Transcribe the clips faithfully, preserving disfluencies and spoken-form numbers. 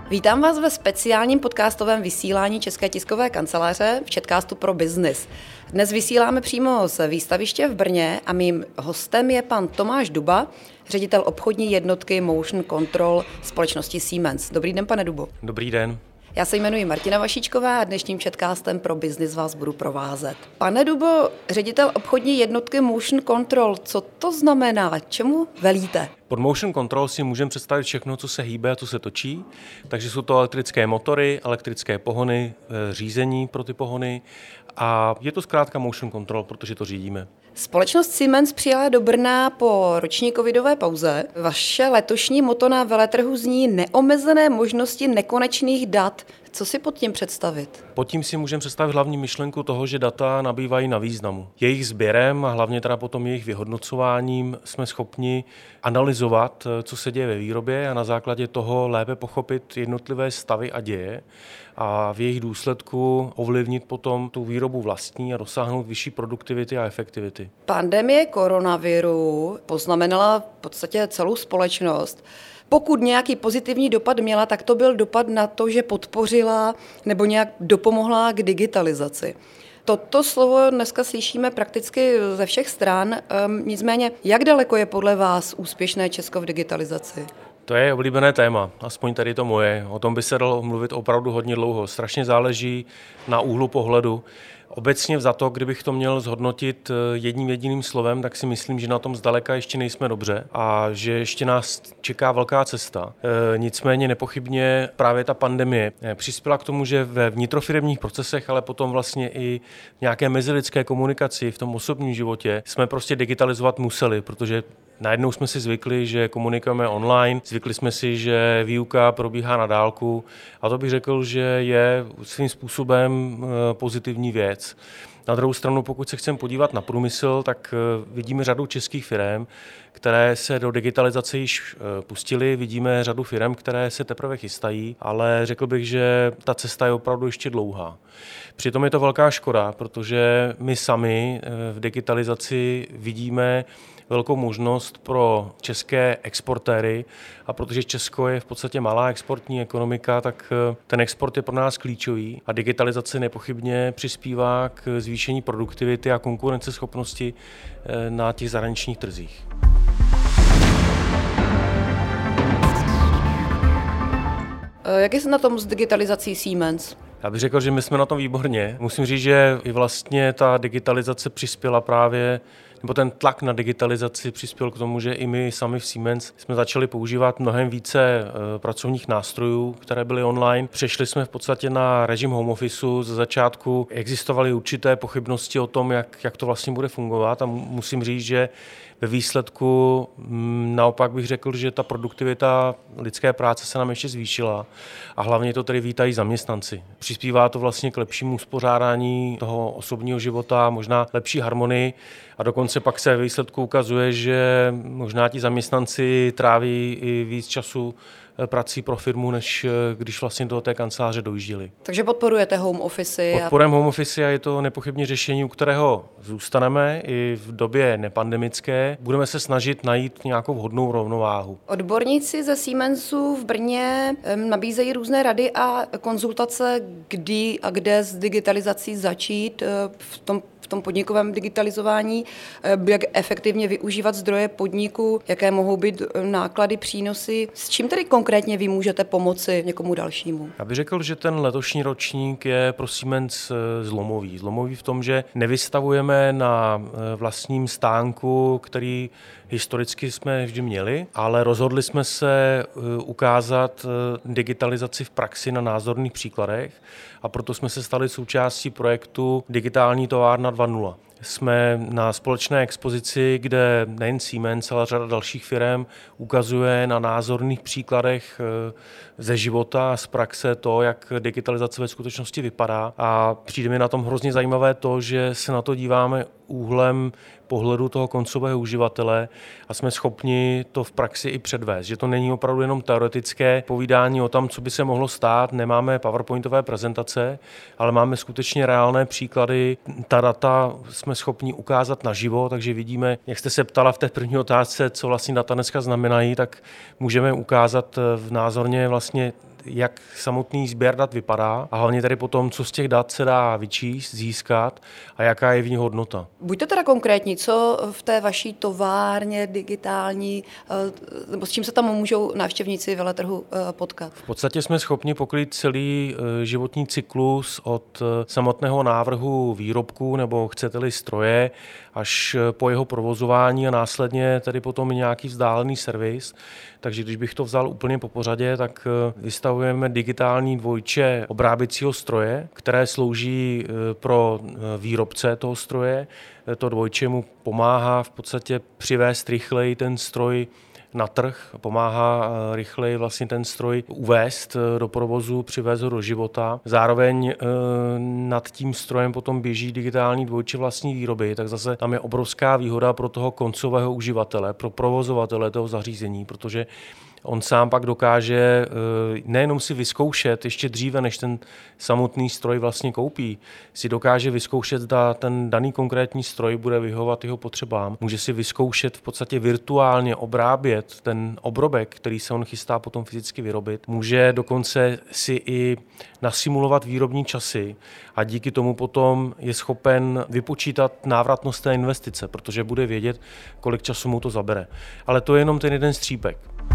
Vítám vás ve speciálním podcastovém vysílání České tiskové kanceláře v Chatcastu pro Business. Dnes vysíláme přímo z výstaviště v Brně a mým hostem je pan Tomáš Duba, ředitel obchodní jednotky Motion Control společnosti Siemens. Dobrý den, pane Dubo. Dobrý den. Já se jmenuji Martina Vašíčková a dnešním Chatcastem pro Business vás budu provázet. Pane Dubo, ředitel obchodní jednotky Motion Control, co to znamená? Čemu velíte? Pod Motion Control si můžeme představit všechno, co se hýbe a co se točí. Takže jsou to elektrické motory, elektrické pohony, řízení pro ty pohony a je to zkrátka Motion Control, protože to řídíme. Společnost Siemens přijela do Brna po roční covidové pauze. Vaše letošní motto na veletrhu zní neomezené možnosti nekonečných dat. Co si pod tím představit? Pod tím si můžeme představit hlavní myšlenku toho, že data nabývají na významu. Jejich sběrem a hlavně teda potom jejich vyhodnocováním jsme schopni analyzovat, co se děje ve výrobě a na základě toho lépe pochopit jednotlivé stavy a děje a v jejich důsledku ovlivnit potom tu výrobu vlastní a dosáhnout vyšší produktivity a efektivity. Pandemie koronaviru poznamenala v podstatě celou společnost. Pokud nějaký pozitivní dopad měla, tak to byl dopad na to, že podpořila nebo nějak dopomohla k digitalizaci. Toto slovo dneska slyšíme prakticky ze všech stran. Nicméně, jak daleko je podle vás úspěšné Česko v digitalizaci? To je oblíbené téma, aspoň tady to moje. O tom by se dalo mluvit opravdu hodně dlouho. Strašně záleží na úhlu pohledu. Obecně vzato, kdybych to měl zhodnotit jedním jediným slovem, tak si myslím, že na tom zdaleka ještě nejsme dobře a že ještě nás čeká velká cesta. E, nicméně nepochybně právě ta pandemie přispěla k tomu, že ve vnitrofiremních procesech, ale potom vlastně i v nějaké mezilidské komunikaci v tom osobním životě jsme prostě digitalizovat museli, protože najednou jsme si zvykli, že komunikujeme online, zvykli jsme si, že výuka probíhá na dálku a to bych řekl, že je svým způsobem pozitivní věc. Na druhou stranu, pokud se chceme podívat na průmysl, tak vidíme řadu českých firem, které se do digitalizace již pustily, vidíme řadu firem, které se teprve chystají, ale řekl bych, že ta cesta je opravdu ještě dlouhá. Přitom je to velká škoda, protože my sami v digitalizaci vidíme velkou možnost pro české exportéry a protože Česko je v podstatě malá exportní ekonomika, tak ten export je pro nás klíčový a digitalizace nepochybně přispívá k zvýšení produktivity a konkurenceschopnosti na těch zahraničních trzích. Jak je se na tom s digitalizací Siemens? Já bych řekl, že my jsme na tom výborně. Musím říct, že i vlastně ta digitalizace přispěla právě nebo ten tlak na digitalizaci přispěl k tomu, že i my sami v Siemens jsme začali používat mnohem více pracovních nástrojů, které byly online. Přešli jsme v podstatě na režim home officeu. Ze začátku existovaly určité pochybnosti o tom, jak, jak to vlastně bude fungovat a musím říct, že ve výsledku naopak bych řekl, že ta produktivita lidské práce se nám ještě zvýšila a hlavně to tedy vítají zaměstnanci. Přispívá to vlastně k lepšímu uspořádání toho osobního života, možná lepší harmonii a dokonce pak se ve výsledku ukazuje, že možná ti zaměstnanci tráví i víc času prací pro firmu, než když vlastně do té kanceláře dojížděli. Takže podporujete home office? Podporujeme home office a je to nepochybně řešení, u kterého zůstaneme i v době nepandemické. Budeme se snažit najít nějakou vhodnou rovnováhu. Odborníci ze Siemensu v Brně nabízejí různé rady a konzultace, kdy a kde s digitalizací začít v tom v tom podnikovém digitalizování, jak efektivně využívat zdroje podniku, jaké mohou být náklady, přínosy. S čím tedy konkrétně vy můžete pomoci někomu dalšímu? Já bych řekl, že ten letošní ročník je pro Siemens zlomový. Zlomový v tom, že nevystavujeme na vlastním stánku, který historicky jsme vždy měli, ale rozhodli jsme se ukázat digitalizaci v praxi na názorných příkladech a proto jsme se stali součástí projektu Digitální továrna dva tečka nula. Jsme na společné expozici, kde nejen Siemens, ale řada dalších firem ukazuje na názorných příkladech ze života a z praxe to, jak digitalizace ve skutečnosti vypadá. A přijde mi na tom hrozně zajímavé to, že se na to díváme úhlem pohledu toho koncového uživatele a jsme schopni to v praxi i předvést. Že to není opravdu jenom teoretické povídání o tom, co by se mohlo stát. Nemáme PowerPointové prezentace, ale máme skutečně reálné příklady. Ta data jsme schopni ukázat naživo, takže vidíme, jak jste se ptala v té první otázce, co vlastně data dneska znamenají, tak můžeme ukázat v názorně vlastně jak samotný sběr dat vypadá a hlavně tady potom, co z těch dat se dá vyčíst, získat a jaká je v ní hodnota. Buďte teda konkrétní, co v té vaší továrně digitální, nebo s čím se tam můžou návštěvníci veletrhu potkat? V podstatě jsme schopni pokrýt celý životní cyklus od samotného návrhu výrobku nebo chcete-li stroje až po jeho provozování a následně tedy potom nějaký vzdálený servis. Takže když bych to vzal úplně po pořadě, tak vystavujeme digitální dvojče obráběcího stroje, které slouží pro výrobce toho stroje. To dvojče mu pomáhá v podstatě přivést rychleji ten stroj na trh, pomáhá rychleji vlastně ten stroj uvést do provozu, přivést ho do života. Zároveň nad tím strojem potom běží digitální dvojče vlastní výroby, tak zase tam je obrovská výhoda pro toho koncového uživatele, pro provozovatele toho zařízení, protože on sám pak dokáže nejenom si vyzkoušet ještě dříve, než ten samotný stroj vlastně koupí, si dokáže vyzkoušet, zda ten daný konkrétní stroj bude vyhovovat jeho potřebám. Může si vyzkoušet v podstatě virtuálně obrábět ten obrobek, který se on chystá potom fyzicky vyrobit. Může dokonce si i nasimulovat výrobní časy a díky tomu potom je schopen vypočítat návratnost té investice, protože bude vědět, kolik času mu to zabere. Ale to je jenom ten jeden střípek.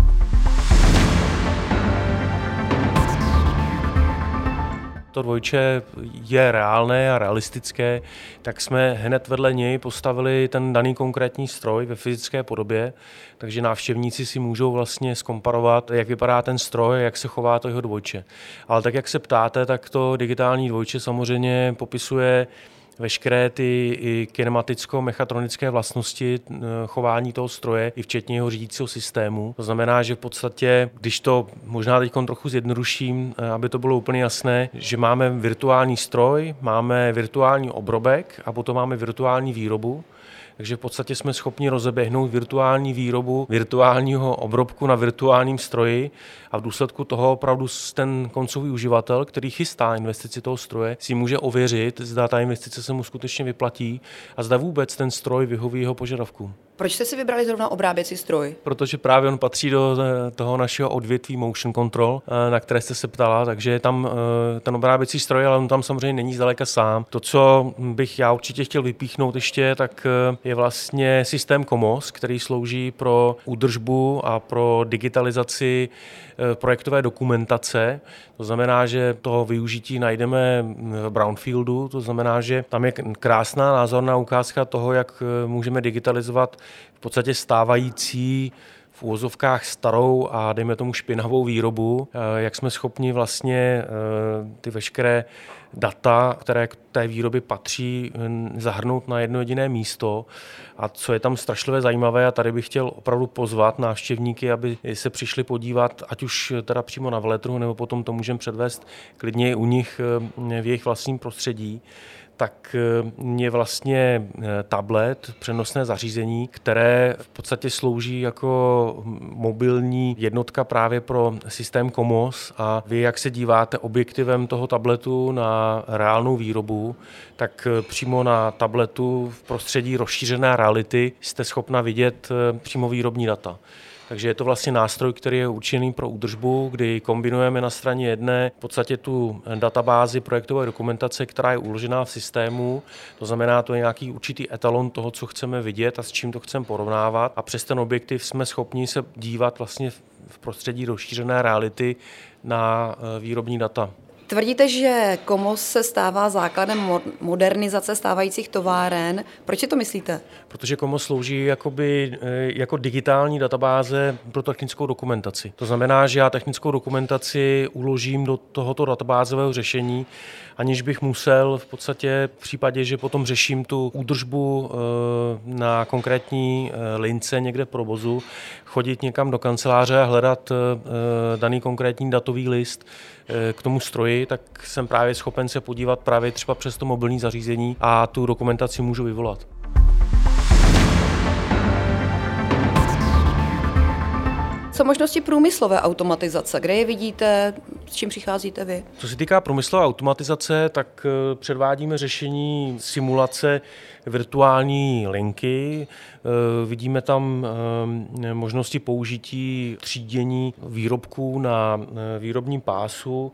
To dvojče je reálné a realistické, tak jsme hned vedle něj postavili ten daný konkrétní stroj ve fyzické podobě, takže návštěvníci si můžou vlastně zkomparovat, jak vypadá ten stroj, jak se chová to jeho dvojče. Ale tak, jak se ptáte, tak to digitální dvojče samozřejmě popisuje veškeré ty i kinematicko-mechatronické vlastnosti chování toho stroje, i včetně jeho řídícího systému. To znamená, že v podstatě, když to možná teď trochu zjednoduším, aby to bylo úplně jasné, že máme virtuální stroj, máme virtuální obrobek a potom máme virtuální výrobu. Takže v podstatě jsme schopni rozeběhnout virtuální výrobu virtuálního obrobku na virtuálním stroji a v důsledku toho opravdu ten koncový uživatel, který chystá investici toho stroje, si může ověřit, zda ta investice se mu skutečně vyplatí a zda vůbec ten stroj vyhoví jeho požadavkům. Proč jste si vybrali zrovna obráběcí stroj? Protože právě on patří do toho našeho odvětví motion control, na které jste se ptala, takže je tam ten obráběcí stroj, ale on tam samozřejmě není zdaleka sám. To, co bych já určitě chtěl vypíchnout ještě, tak je vlastně systém COMOS, který slouží pro údržbu a pro digitalizaci projektové dokumentace. To znamená, že toho využití najdeme v brownfieldu, to znamená, že tam je krásná názorná ukázka toho, jak můžeme digitalizovat v podstatě stávající v úvozovkách starou a dejme tomu špinavou výrobu, jak jsme schopni vlastně ty veškeré data, které k té výrobě patří, zahrnout na jedno jediné místo. A co je tam strašlivě zajímavé, a tady bych chtěl opravdu pozvat návštěvníky, aby se přišli podívat, ať už teda přímo na veletrhu, nebo potom to můžeme předvést klidně i u nich v jejich vlastním prostředí, tak je vlastně tablet, přenosné zařízení, které v podstatě slouží jako mobilní jednotka právě pro systém COMOS a vy, jak se díváte objektivem toho tabletu na reálnou výrobu, tak přímo na tabletu v prostředí rozšířené reality jste schopna vidět přímo výrobní data. Takže je to vlastně nástroj, který je určený pro údržbu, kdy kombinujeme na straně jedné v podstatě tu databázi projektové dokumentace, která je uložená v systému. To znamená, to je nějaký určitý etalon toho, co chceme vidět a s čím to chceme porovnávat. A přes ten objektiv jsme schopni se dívat vlastně v prostředí rozšířené reality na výrobní data. Tvrdíte, že COMOS se stává základem modernizace stávajících továren. Proč si to myslíte? Protože COMOS slouží jakoby, jako digitální databáze pro technickou dokumentaci. To znamená, že já technickou dokumentaci uložím do tohoto databázového řešení, aniž bych musel v podstatě v případě, že potom řeším tu údržbu na konkrétní lince někde v provozu, chodit někam do kanceláře a hledat daný konkrétní datový list k tomu stroji, tak jsem právě schopen se podívat právě třeba přes to mobilní zařízení a tu dokumentaci můžu vyvolat. Co možnosti průmyslové automatizace? Kde je vidíte, s čím přicházíte vy? Co se týká průmyslové automatizace, tak předvádíme řešení simulace virtuální linky. Vidíme tam možnosti použití třídění výrobků na výrobním pásu.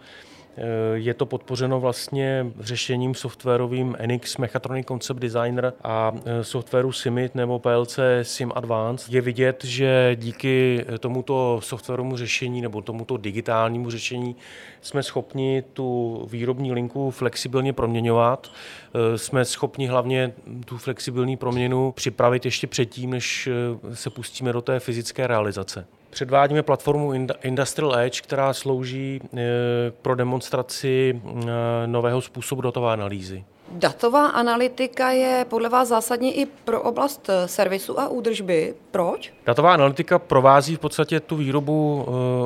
Je to podpořeno vlastně řešením softwarovým N X Mechatronic Concept Designer a softwaru Simit nebo P L C Sim Advanced. Je vidět, že díky tomuto softwarovému řešení nebo tomuto digitálnímu řešení jsme schopni tu výrobní linku flexibilně proměňovat. Jsme schopni hlavně tu flexibilní proměnu připravit ještě předtím, než se pustíme do té fyzické realizace. Předvádíme platformu Industrial Edge, která slouží pro demonstraci nového způsobu datové analýzy. Datová analytika je podle vás zásadní i pro oblast servisu a údržby. Proč? Datová analytika provází v podstatě tu výrobu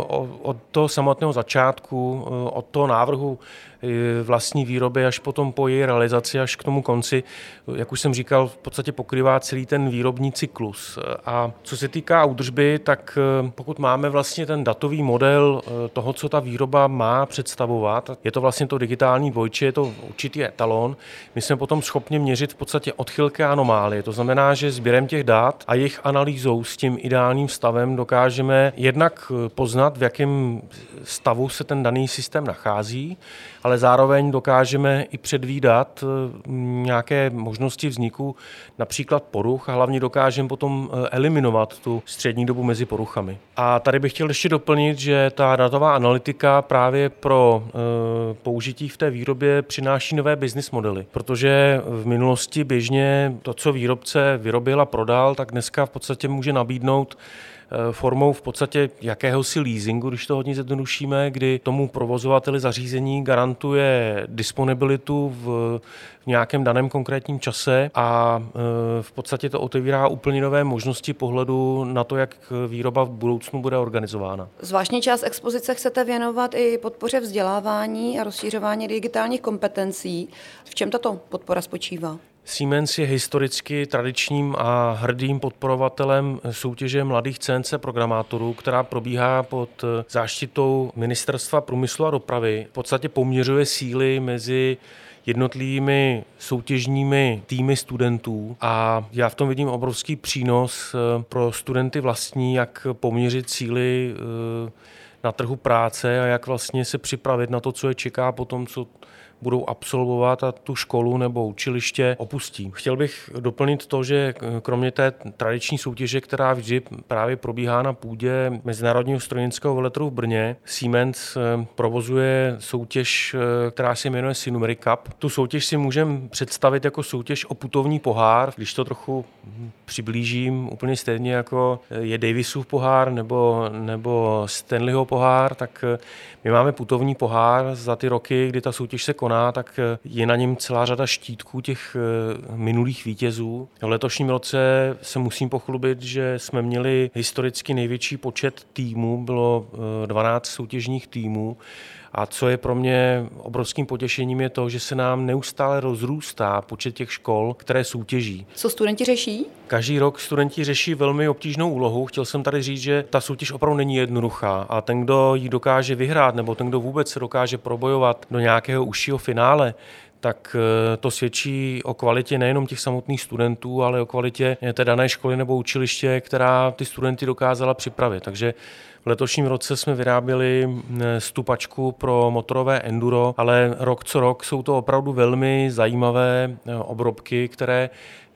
od toho samotného začátku, od toho návrhu vlastní výroby až potom po její realizaci až k tomu konci. Jak už jsem říkal, v podstatě pokrývá celý ten výrobní cyklus. A co se týká údržby, tak pokud máme vlastně ten datový model toho, co ta výroba má představovat, je to vlastně to digitální dvojče, je to určitý etalon, my jsme potom schopni měřit v podstatě odchylky a anomálie. To znamená, že sběrem těch dat a jejich analýzou s tím ideálním stavem dokážeme jednak poznat, v jakém stavu se ten daný systém nachází, ale zároveň dokážeme i předvídat nějaké možnosti vzniku například poruch a hlavně dokážeme potom eliminovat tu střední dobu mezi poruchami. A tady bych chtěl ještě doplnit, že ta datová analytika právě pro e, použití v té výrobě přináší nové business modely, protože v minulosti běžně to, co výrobce vyrobil a prodal, tak dneska v podstatě může nabídnout formou v podstatě jakéhosi leasingu, když to hodně zjednodušíme, kdy tomu provozovateli zařízení garantuje disponibilitu v nějakém daném konkrétním čase a v podstatě to otevírá úplně nové možnosti pohledu na to, jak výroba v budoucnu bude organizována. Zvláštní část expozice chcete věnovat i podpoře vzdělávání a rozšířování digitálních kompetencí. V čem tato podpora spočívá? Siemens je historicky tradičním a hrdým podporovatelem soutěže mladých C N C programátorů, která probíhá pod záštitou Ministerstva průmyslu a dopravy. V podstatě poměřuje síly mezi jednotlivými soutěžními týmy studentů a já v tom vidím obrovský přínos pro studenty vlastní, jak poměřit síly na trhu práce a jak vlastně se připravit na to, co je čeká po tom, co budou absolvovat a tu školu nebo učiliště opustí. Chtěl bych doplnit to, že kromě té tradiční soutěže, která vždy právě probíhá na půdě Mezinárodního strojnického veletrhu v Brně, Siemens provozuje soutěž, která se jmenuje Sinumeric Cup. Tu soutěž si můžeme představit jako soutěž o putovní pohár, když to trochu přiblížím, úplně stejně jako je Davisův pohár nebo, nebo Stanleyho pohár, tak my máme putovní pohár za ty roky, kdy ta soutěž se koná, tak je na něm celá řada štítků těch minulých vítězů. V letošním roce se musím pochlubit, že jsme měli historicky největší počet týmů, bylo dvanáct soutěžních týmů. A co je pro mě obrovským potěšením je to, že se nám neustále rozrůstá počet těch škol, které soutěží. Co studenti řeší? Každý rok studenti řeší velmi obtížnou úlohu. Chtěl jsem tady říct, že ta soutěž opravdu není jednoduchá a ten, kdo ji dokáže vyhrát nebo ten, kdo vůbec se dokáže probojovat do nějakého užšího finále, tak to svědčí o kvalitě nejenom těch samotných studentů, ale o kvalitě té dané školy nebo učiliště, která ty studenty dokázala připravit. Takže v letošním roce jsme vyráběli stupačku pro motorové enduro, ale rok co rok jsou to opravdu velmi zajímavé obrobky, které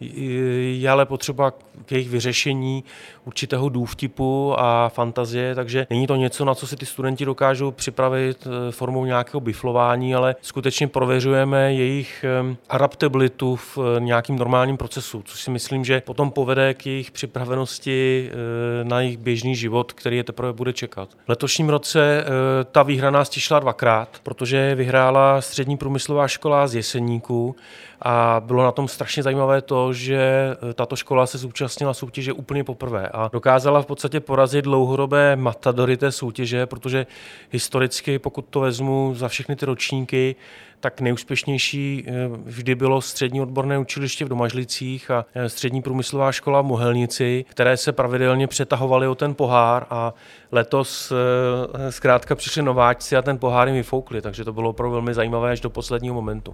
je ale potřeba k jejich vyřešení určitého důvtipu a fantazie, takže není to něco, na co si ty studenti dokážou připravit formou nějakého biflování, ale skutečně prověřujeme jejich adaptabilitu v nějakým normálním procesu, což si myslím, že potom povede k jejich připravenosti na jejich běžný život, který je teprve bude čekat. V letošním roce ta výhra nás těšila dvakrát, protože vyhrála střední průmyslová škola z Jeseníku a bylo na tom strašně zajímavé to, to, že tato škola se zúčastnila soutěže úplně poprvé a dokázala v podstatě porazit dlouhodobé matadory té soutěže, protože historicky, pokud to vezmu za všechny ty ročníky, tak nejúspěšnější vždy bylo střední odborné učiliště v Domažlicích a střední průmyslová škola v Mohelnici, které se pravidelně přetahovaly o ten pohár a letos zkrátka přišli nováčci a ten pohár jim vyfoukli, takže to bylo opravdu velmi zajímavé až do posledního momentu.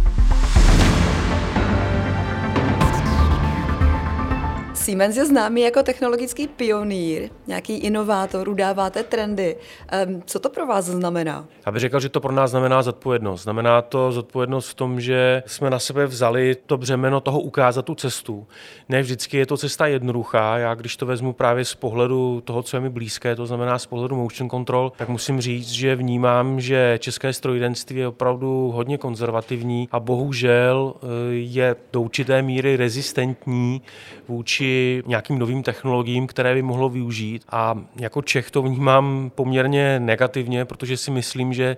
Siemens je známý jako technologický pionýr, nějaký inovátor, udáváte trendy. Co to pro vás znamená? Já bych řekl, že to pro nás znamená zodpovědnost. Znamená to zodpovědnost v tom, že jsme na sebe vzali to břemeno toho ukázat tu cestu. Ne vždycky je to cesta jednoduchá. Já když to vezmu právě z pohledu toho, co je mi blízké, to znamená z pohledu motion control, tak musím říct, že vnímám, že české strojírenství je opravdu hodně konzervativní a bohužel je do určité míry rezistentní vůči nějakým novým technologiím, které by mohlo využít. A jako Čech to vnímám poměrně negativně, protože si myslím, že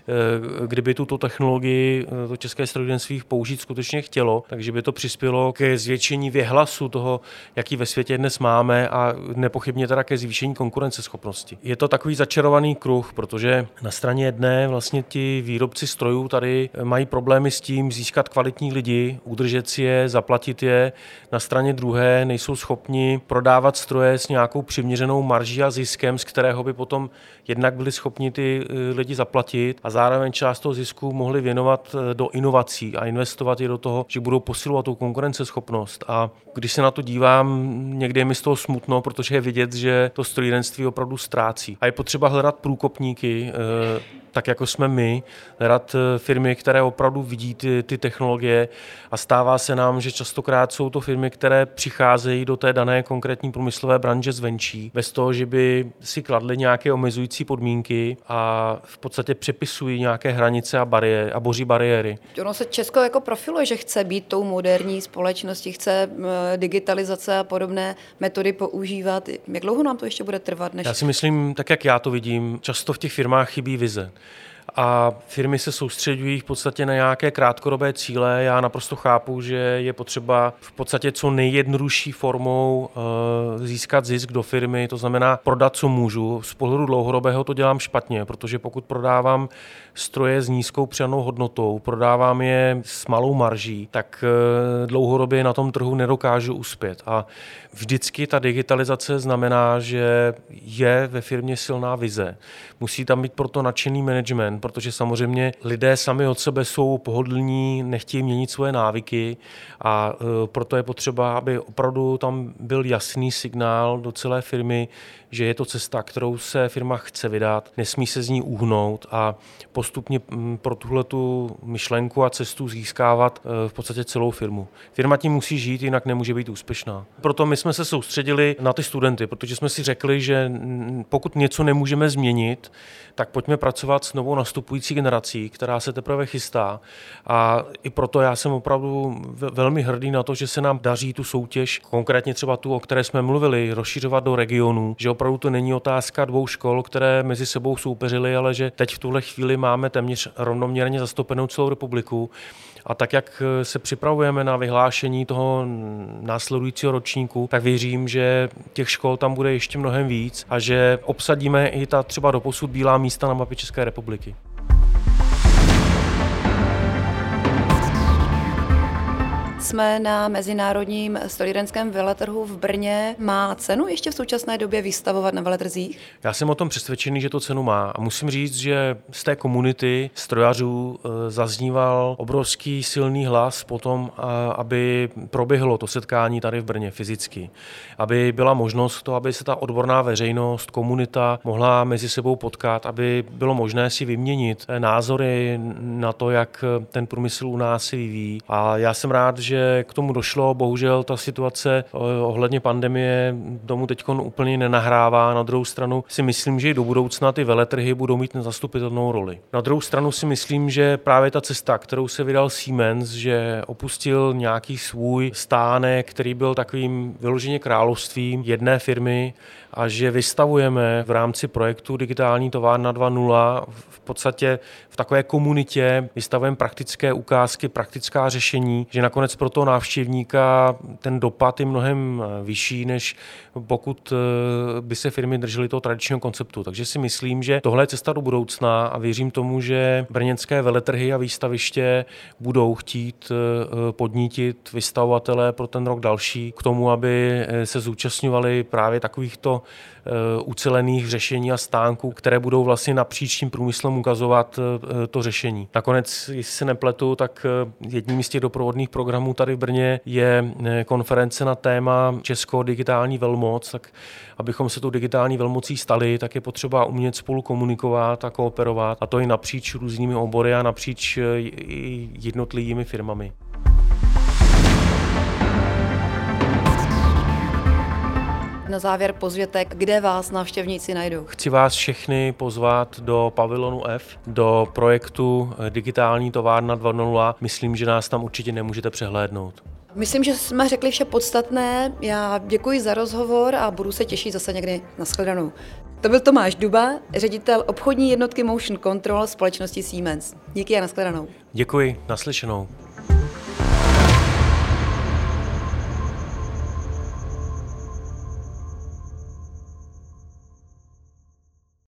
kdyby tuto technologii to české strojírenství použít skutečně chtělo, takže by to přispělo ke zvětšení věhlasu toho, jaký ve světě dnes máme a nepochybně teda ke zvýšení konkurenceschopnosti. Je to takový začarovaný kruh, protože na straně jedné vlastně ti výrobci strojů tady mají problémy s tím získat kvalitní lidi, udržet si je, zaplatit je. Na straně druhé nejsou schopni prodávat stroje s nějakou přiměřenou marží a ziskem, z kterého by potom jednak byli schopni ty lidi zaplatit a zároveň část toho zisku mohli věnovat do inovací a investovat je do toho, že budou posilovat tu konkurenceschopnost. A když se na to dívám, někdy je mi z toho smutno, protože je vidět, že to strojírenství opravdu ztrácí. A je potřeba hledat průkopníky, tak jako jsme my, hledat firmy, které opravdu vidí ty, ty technologie a stává se nám, že častokrát jsou to firmy, které přicházejí do té dané konkrétní průmyslové branže zvenčí, bez toho, že by si kladly nějaké omezující podmínky a v podstatě přepisují nějaké hranice a bariéry a boří bariéry. Ono se Česko jako profiluje, že chce být tou moderní společností, chce digitalizace a podobné metody používat. Jak dlouho nám to ještě bude trvat? Než... Já si myslím, tak jak já to vidím, často v těch firmách chybí vize. A firmy se soustředují v podstatě na nějaké krátkodobé cíle. Já naprosto chápu, že je potřeba v podstatě co nejjednodušší formou e, získat zisk do firmy, to znamená prodat, co můžu. Z pohledu dlouhodobého to dělám špatně, protože pokud prodávám stroje s nízkou přidanou hodnotou, prodávám je s malou marží, tak e, dlouhodobě na tom trhu nedokážu uspět. A vždycky ta digitalizace znamená, že je ve firmě silná vize. Musí tam být proto nadšený management, protože samozřejmě lidé sami od sebe jsou pohodlní, nechtějí měnit svoje návyky a e, proto je potřeba, aby opravdu tam byl jasný signál do celé firmy, že je to cesta, kterou se firma chce vydat, nesmí se z ní uhnout a postupně pro tuhletu myšlenku a cestu získávat v podstatě celou firmu. Firma tím musí žít, jinak nemůže být úspěšná. Proto my jsme se soustředili na ty studenty, protože jsme si řekli, že pokud něco nemůžeme změnit, tak pojďme pracovat s novou nastupující generací, která se teprve chystá. A i proto já jsem opravdu velmi hrdý na to, že se nám daří tu soutěž, konkrétně třeba tu, o které jsme mluvili, rozšiřovat do regionů, že opravdu to není otázka dvou škol, které mezi sebou soupeřily, ale že teď v tuhle chvíli máme téměř rovnoměrně zastoupenou celou republiku. A tak, jak se připravujeme na vyhlášení toho následujícího ročníku, tak věřím, že těch škol tam bude ještě mnohem víc a že obsadíme i ta třeba doposud bílá místa na mapě České republiky. Jsme na mezinárodním strojírenském veletrhu v Brně. Má cenu ještě v současné době vystavovat na veletrzích? Já jsem o tom přesvědčený, že to cenu má. A musím říct, že z té komunity strojařů zazníval obrovský silný hlas potom, aby proběhlo to setkání tady v Brně fyzicky. Aby byla možnost to, aby se ta odborná veřejnost, komunita mohla mezi sebou potkat, aby bylo možné si vyměnit názory na to, jak ten průmysl u nás se vyvíjí. A já jsem rád, že k tomu došlo. Bohužel ta situace ohledně pandemie tomu teď úplně nenahrává. Na druhou stranu si myslím, že i do budoucna ty veletrhy budou mít nezastupitelnou roli. Na druhou stranu si myslím, že právě ta cesta, kterou se vydal Siemens, že opustil nějaký svůj stánek, který byl takovým vyloženě královstvím jedné firmy a že vystavujeme v rámci projektu Digitální továrna dva tečka nula v podstatě v takové komunitě, vystavujeme praktické ukázky, praktická řešení, že nakonec pro toho návštěvníka ten dopad je mnohem vyšší, než pokud by se firmy držely toho tradičního konceptu. Takže si myslím, že tohle je cesta do budoucna a věřím tomu, že brněnské veletrhy a výstaviště budou chtít podnítit vystavovatele pro ten rok další k tomu, aby se zúčastňovali právě takovýchto ucelených řešení a stánků, které budou vlastně napříč tím průmyslem ukazovat to řešení. Nakonec, jestli se nepletu, tak jedním z těch doprovodných programů tady v Brně je konference na téma Česko digitální velmoc, tak abychom se tou digitální velmocí stali, tak je potřeba umět spolu komunikovat a kooperovat, a to i napříč různými obory a napříč jednotlivými firmami. Na závěr pozvěte, kde vás návštěvníci najdou. Chci vás všechny pozvat do pavilonu F, do projektu Digitální továrna dva tečka nula. Myslím, že nás tam určitě nemůžete přehlédnout. Myslím, že jsme řekli vše podstatné. Já děkuji za rozhovor a budu se těšit zase někdy na shledanou. To byl Tomáš Duba, ředitel obchodní jednotky Motion Control společnosti Siemens. Díky a na shledanou. Děkuji, naslyšenou.